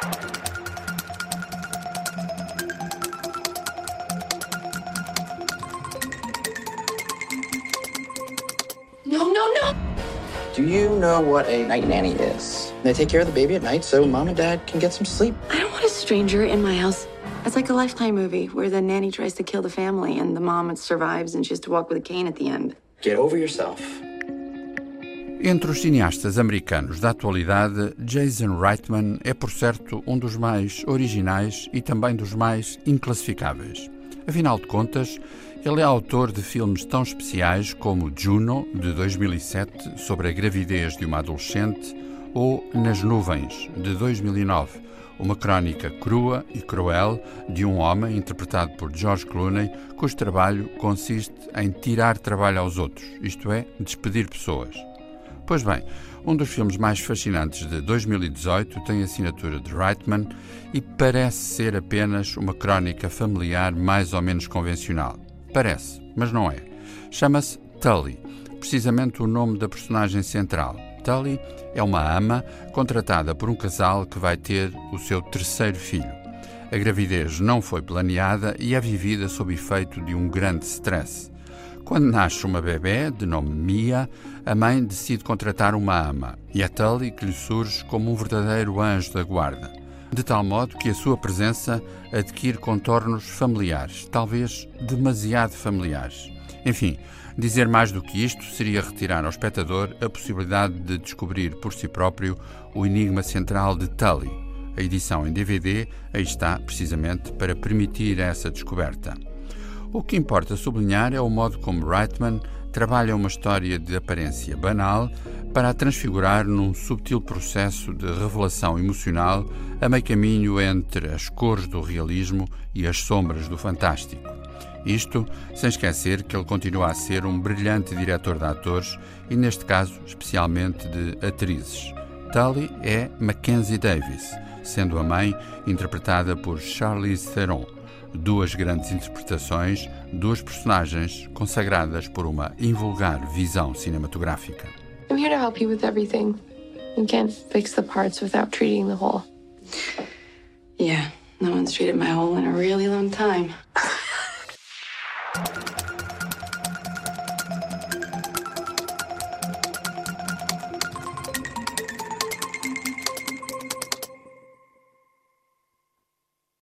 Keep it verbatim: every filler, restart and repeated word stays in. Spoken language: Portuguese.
No, no, no! Do you know what a night nanny is? They take care of the baby at night so mom and dad can get some sleep. I don't want a stranger in my house. It's like a Lifetime movie where the nanny tries to kill the family and the mom survives and she has to walk with a cane at the end. Get over yourself. Entre os cineastas americanos da atualidade, Jason Reitman é, por certo, um dos mais originais e também dos mais inclassificáveis. Afinal de contas, ele é autor de filmes tão especiais como Juno, de dois mil e sete, sobre a gravidez de uma adolescente, ou Nas Nuvens, de dois mil e nove, uma crónica crua e cruel de um homem, interpretado por George Clooney, cujo trabalho consiste em tirar trabalho aos outros, isto é, despedir pessoas. Pois bem, um dos filmes mais fascinantes de dois mil e dezoito tem a assinatura de Reitman e parece ser apenas uma crónica familiar mais ou menos convencional. Parece, mas não é. Chama-se Tully, precisamente o nome da personagem central. Tully é uma ama contratada por um casal que vai ter o seu terceiro filho. A gravidez não foi planeada e é vivida sob efeito de um grande stress. Quando nasce uma bebê, de nome Mia, a mãe decide contratar uma ama, e é Tully que lhe surge como um verdadeiro anjo da guarda, de tal modo que a sua presença adquire contornos familiares, talvez demasiado familiares. Enfim, dizer mais do que isto seria retirar ao espectador a possibilidade de descobrir por si próprio o enigma central de Tully. A edição em D V D aí está, precisamente, para permitir essa descoberta. O que importa sublinhar é o modo como Reitman trabalha uma história de aparência banal para a transfigurar num subtil processo de revelação emocional a meio caminho entre as cores do realismo e as sombras do fantástico. Isto sem esquecer que ele continua a ser um brilhante diretor de atores e, neste caso, especialmente de atrizes. Tully é Mackenzie Davis, sendo a mãe interpretada por Charlize Theron. Duas grandes interpretações, duas personagens consagradas por uma invulgar visão cinematográfica. I'm here to help you with everything. You can't fix the parts without treating the whole. Yeah, no one's treated my hole in a really long time.